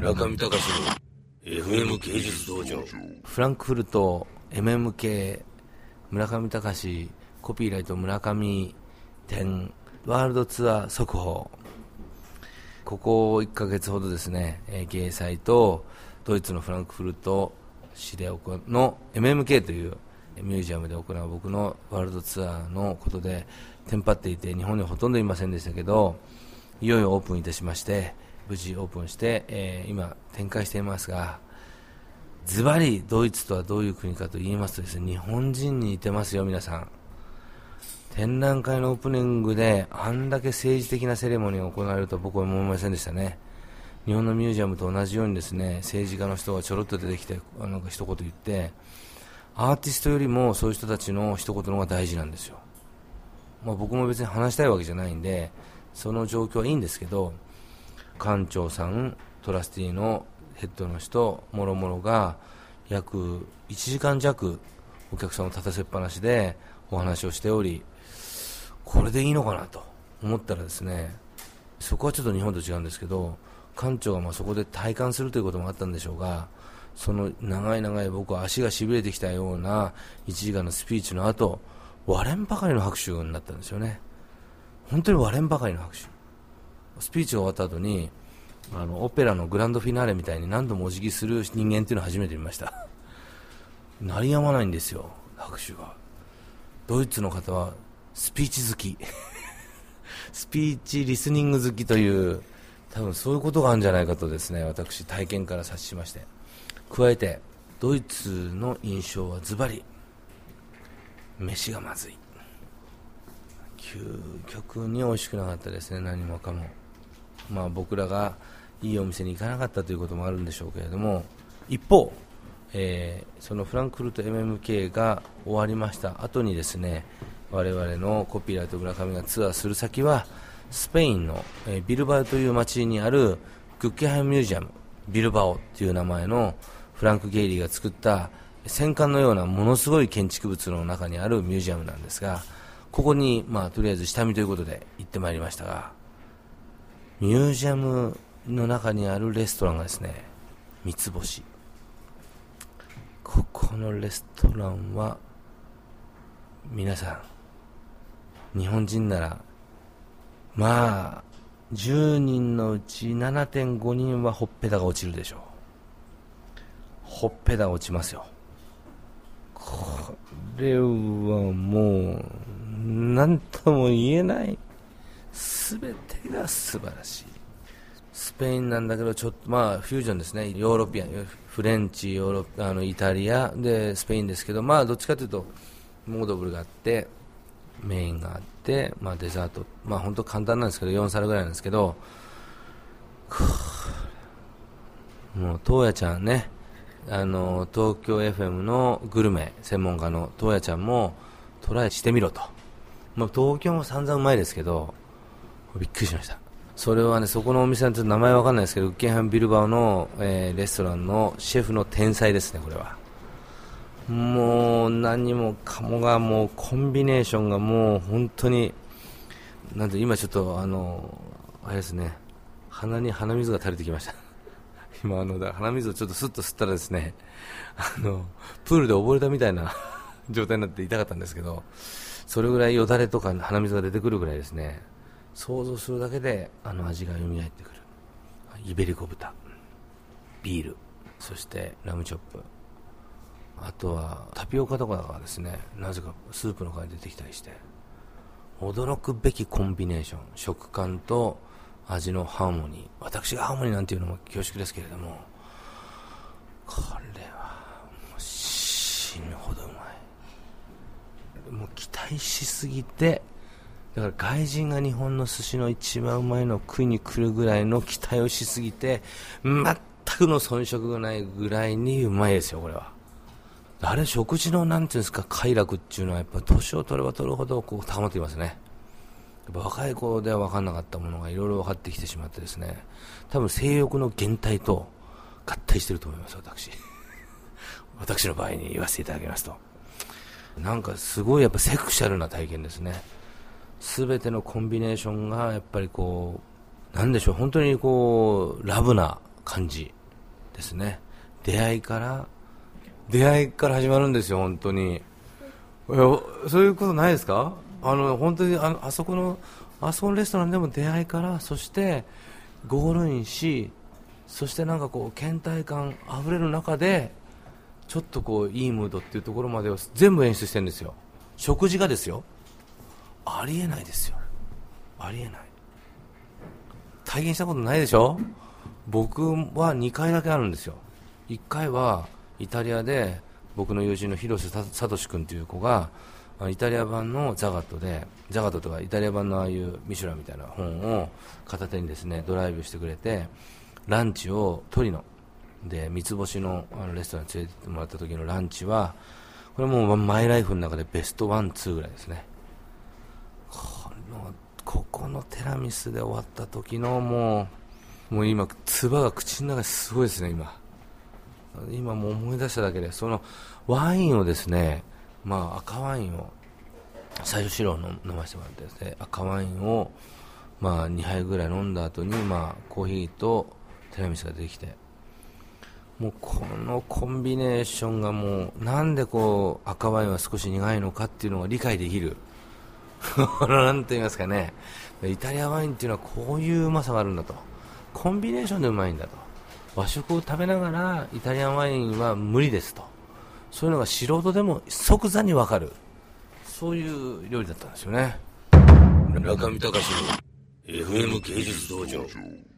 村上隆の FM 芸術道場。フランクフルト MMK 村上隆コピーライト村上展ワールドツアー速報。ここ1ヶ月ほどですね、芸祭とドイツのフランクフルト市での MMK というミュージアムで行う僕のワールドツアーのことでテンパっていて、日本にはほとんどいませんでしたけど、いよいよオープンいたしまして、無事オープンして、今展開していますが、ズバリドイツとはどういう国かと言いますとですね、日本人に似てますよ皆さん。展覧会のオープニングであんだけ政治的なセレモニーが行われるとは僕は思いませんでしたね。日本のミュージアムと同じようにですね、政治家の人がちょろっと出てきてなんか一言言って、アーティストよりもそういう人たちの一言の方が大事なんですよ。僕も別に話したいわけじゃないんでその状況はいいんですけど、館長さん、トラスティのヘッドの人もろもろが約1時間弱お客さんを立たせっぱなしでお話をしており、これでいいのかなと思ったらですね、そこはちょっと日本と違うんですけど、館長がそこで体感するということもあったんでしょうが、その長い僕は足がしびれてきたような1時間のスピーチの後、割れんばかりの拍手になったんですよね。本当に割れんばかりの拍手。スピーチが終わった後にオペラのグランドフィナーレみたいに何度もお辞儀する人間っていうのを初めて見ました。鳴り止まないんですよ、拍手が。ドイツの方はスピーチ好きスピーチリスニング好きという、多分そういうことがあるんじゃないかとですね、私体験から察しまして、加えてドイツの印象はズバリ飯がまずい。究極に美味しくなかったですね、何もかも。僕らがいいお店に行かなかったということもあるんでしょうけれども、一方、そのフランクフルト MMK が終わりました後にですね、我々のコピーライト村上がツアーする先はスペインの、ビルバオという町にあるグッゲハイムミュージアムビルバオという名前のフランク・ゲイリーが作った戦艦のようなものすごい建築物の中にあるミュージアムなんですが、ここにとりあえず下見ということで行ってまいりましたが、ミュージアムの中にあるレストランがですね、三つ星。ここのレストランは皆さん、日本人なら10人のうち 7.5 人はほっぺたが落ちるでしょう。ほっぺたが落ちますよ。これはもう何とも言えない、すべてが素晴らしい。スペインなんだけどちょっとフュージョンですね。ヨーロピアン、フレンチ、イタリアでスペインですけど、どっちかというとモードブルがあってメインがあって、デザート、本当簡単なんですけど4皿ぐらいなんですけど、もう東野ちゃんね、東京 FM のグルメ専門家の東野ちゃんもトライしてみろと。東京も散々うまいですけどびっくりしました。それはね、そこのお店の名前わかんないですけど、ウッケンハイムビルバオの、レストランのシェフの天才ですね。これはもう何もかもがもうコンビネーションがもう本当になんで、今ちょっとあれですね、鼻に鼻水が垂れてきました今鼻水をちょっとスッと吸ったらですね、プールで溺れたみたいな状態になって痛かったんですけど、それぐらいよだれとか鼻水が出てくるぐらいですね、想像するだけで味が蘇ってくる。イベリコ豚、ビール、そしてラムチョップ、あとはタピオカとかがですね、なぜかスープの代わりに出てきたりして、驚くべきコンビネーション、食感と味のハーモニー。私がハーモニーなんていうのも恐縮ですけれども、これはもう死ぬほどうまい。もう期待しすぎて、だから外人が日本の寿司の一番うまいのを食いに来るぐらいの期待をしすぎて、全くの遜色がないぐらいにうまいですよ。これはあれ、食事のなんていうんですか、快楽っていうのはやっぱり年を取れば取るほど高まっていますね。やっぱ若い子では分かんなかったものがいろいろ分かってきてしまってですね、多分性欲の減退と合体していると思います。私の場合に言わせていただきますと、なんかすごいやっぱセクシャルな体験ですね。すべてのコンビネーションがやっぱりなんでしょう、本当にラブな感じですね。出会いから始まるんですよ、本当に。そういうことないですか？本当にあそこのレストランでも出会いから、そしてゴールインし、そしてなんかこう倦怠感あふれる中でちょっとこういいムードっていうところまでを全部演出してるんですよ。食事がですよ、ありえないですよ。ありえない。体験したことないでしょ。僕は2回だけあるんですよ。1回はイタリアで僕の友人の広瀬聡君という子がイタリア版のザガットとかイタリア版のああいうミシュランみたいな本を片手にですねドライブしてくれて、ランチをトリノで三つ星のレストランに連れてってもらった時のランチは、これもうマイライフの中でベスト1、2ぐらいですね。ここのティラミスで終わった時のもう今唾が口の中ですごいですね。今もう思い出しただけで、そのワインをですね、赤ワインを最初白を飲ませてもらってですね、赤ワインを2杯ぐらい飲んだ後にコーヒーとティラミスができて、もうこのコンビネーションがもうなんでこう赤ワインは少し苦いのかっていうのが理解できるなんて言いますかね、イタリアワインっていうのはこういううまさがあるんだと、コンビネーションでうまいんだと、和食を食べながらイタリアンワインは無理ですと、そういうのが素人でも即座に分かる、そういう料理だったんですよね。村上隆の FM 芸術道場。